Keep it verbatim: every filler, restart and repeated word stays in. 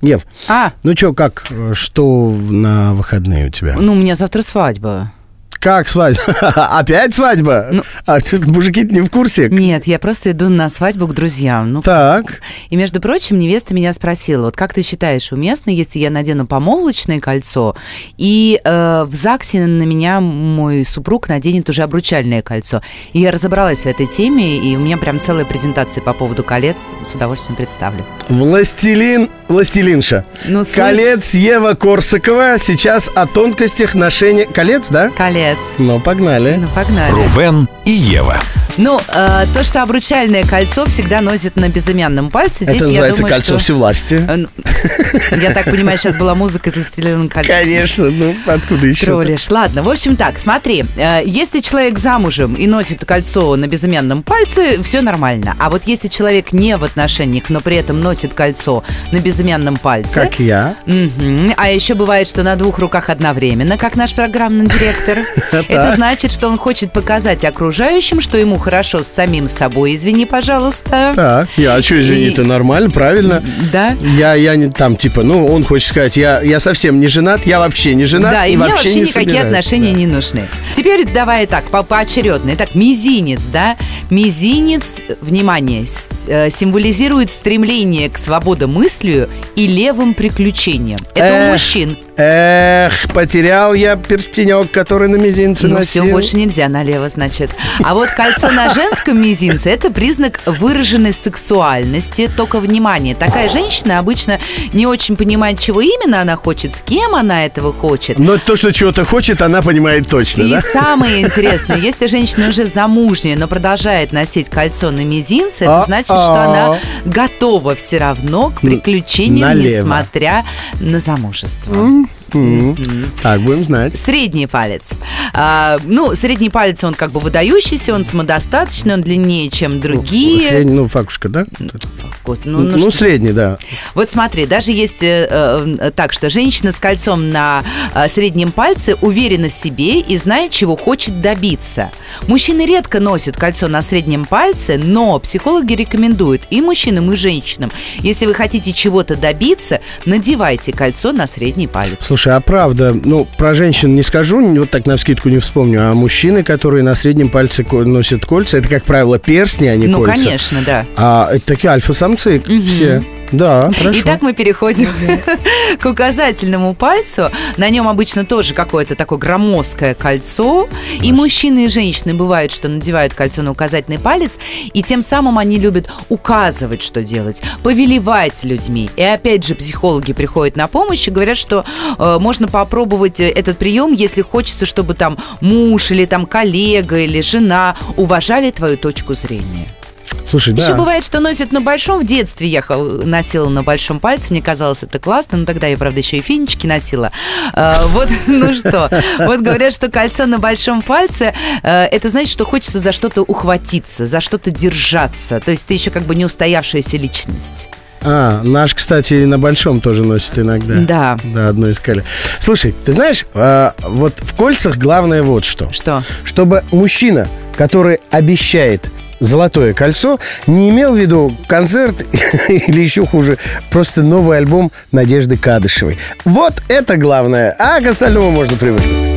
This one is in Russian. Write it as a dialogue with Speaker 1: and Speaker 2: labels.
Speaker 1: Ев,
Speaker 2: А,
Speaker 1: ну что, как, что на выходные у тебя?
Speaker 2: ну, у меня завтра свадьба.
Speaker 1: Как свадьба? Опять свадьба?
Speaker 2: Ну-
Speaker 1: А ты, мужики-то не в курсе?
Speaker 2: Нет, я просто иду на свадьбу к друзьям. Ну,
Speaker 1: Так.
Speaker 2: и, между прочим, невеста меня спросила, вот как ты считаешь, уместно, если я надену помолвочное кольцо, и э, в ЗАГСе на меня мой супруг наденет уже обручальное кольцо? И я разобралась в этой теме, и у меня прям целая презентация по поводу колец, с удовольствием представлю.
Speaker 1: Властелин, властелинша.
Speaker 2: Ну, слышь-
Speaker 1: Колец Ева Корсакова сейчас о тонкостях ношения... Колец, да?
Speaker 2: Колец.
Speaker 1: Ну, погнали.
Speaker 2: Ну, погнали.
Speaker 3: Рубен и Ева.
Speaker 2: Ну, э, то, что обручальное кольцо всегда носят на безымянном пальце, здесь
Speaker 1: Это
Speaker 2: я
Speaker 1: называется
Speaker 2: думаю,
Speaker 1: кольцо
Speaker 2: что...
Speaker 1: всевластия.
Speaker 2: Э, ну, Я так понимаю, сейчас была музыка из «Властелина колец».
Speaker 1: Конечно, ну откуда еще?
Speaker 2: Троллишь. Ладно, в общем так, смотри, э, если человек замужем и носит кольцо на безымянном пальце, все нормально. А вот если человек не в отношениях, но при этом носит кольцо на безымянном пальце...
Speaker 1: Как я.
Speaker 2: Мгм. А еще бывает, что на двух руках одновременно, как наш программный директор. Это значит, что он хочет показать окружающим, что ему хорошо с самим собой, извини, пожалуйста.
Speaker 1: Так, я, а что, извини,
Speaker 2: И-
Speaker 1: это нормально, правильно?
Speaker 2: Да?
Speaker 1: Я, я не там, типа, ну, он хочет сказать, я, я совсем не женат, я вообще не женат,
Speaker 2: Да, и,
Speaker 1: и
Speaker 2: мне
Speaker 1: вообще,
Speaker 2: вообще
Speaker 1: не
Speaker 2: никакие
Speaker 1: собираюсь.
Speaker 2: отношения
Speaker 1: Да.
Speaker 2: не нужны. Теперь давай так, по поочередно. Итак, мизинец, да? Мизинец, внимание, с- э, символизирует стремление к свободомыслию и левым приключениям. Это у
Speaker 1: Эх,
Speaker 2: мужчин.
Speaker 1: Эх, потерял я перстенек, который на мизинце
Speaker 2: Ну,
Speaker 1: носил.
Speaker 2: все, больше нельзя налево, значит. А вот кольцо на женском мизинце – это признак выраженной сексуальности. Только, внимание, такая женщина обычно не очень понимает, чего именно она хочет, с кем она этого хочет.
Speaker 1: Но то, что чего-то хочет, она понимает точно,
Speaker 2: И
Speaker 1: да?
Speaker 2: самое интересное, если женщина уже замужняя, но продолжает носить кольцо на мизинце, это
Speaker 1: А-а.
Speaker 2: значит, что она готова все равно к приключениям,
Speaker 1: Налево.
Speaker 2: несмотря на замужество.
Speaker 1: М. Так, будем знать.
Speaker 2: Средний палец. А, ну, средний палец, он как бы выдающийся, он самодостаточный, он длиннее, чем другие.
Speaker 1: Средний, ну, факушка, да?
Speaker 2: Господи,
Speaker 1: Ну,
Speaker 2: ну, ну, что-
Speaker 1: средний, да.
Speaker 2: Вот смотри, даже есть э, э, так, что женщина с кольцом на э, среднем пальце уверена в себе и знает, чего хочет добиться. Мужчины редко носят кольцо на среднем пальце, но психологи рекомендуют и мужчинам, и женщинам, если вы хотите чего-то добиться, надевайте кольцо на средний палец.
Speaker 1: Слушай, а правда, ну, про женщин не скажу, вот так навскидку не вспомню, а мужчины, которые на среднем пальце ко- носят кольца, это, как правило, перстни, а не
Speaker 2: ну,
Speaker 1: кольца.
Speaker 2: конечно, да.
Speaker 1: А это такие альфа-самцы все. Да, хорошо.
Speaker 2: Итак, мы переходим к указательному пальцу. На нем обычно тоже какое-то такое громоздкое кольцо. И мужчины, и женщины бывают, что надевают кольцо на указательный палец, и тем самым они любят указывать, что делать, повелевать людьми. И опять же, психологи приходят на помощь и говорят, что э, можно попробовать этот прием, если хочется, чтобы там муж или там коллега или жена уважали твою точку зрения.
Speaker 1: Слушай, да.
Speaker 2: Еще бывает, что носят на большом. В детстве я х- носила на большом пальце. Мне казалось, это классно. Но тогда я, правда, еще и финички носила. А, вот, ну что. Вот говорят, что кольцо на большом пальце, э, это значит, что хочется за что-то ухватиться, за что-то держаться. То есть ты еще как бы не устоявшаяся личность.
Speaker 1: А, наш, кстати, на большом тоже носит иногда.
Speaker 2: Да.
Speaker 1: Да, одно из колец. Слушай, ты знаешь, а, вот в кольцах главное вот что.
Speaker 2: Что?
Speaker 1: Чтобы мужчина, который обещает золотое кольцо, не имел в виду концерт или еще хуже, просто новый альбом Надежды Кадышевой. Вот это главное, а к остальному можно привыкнуть.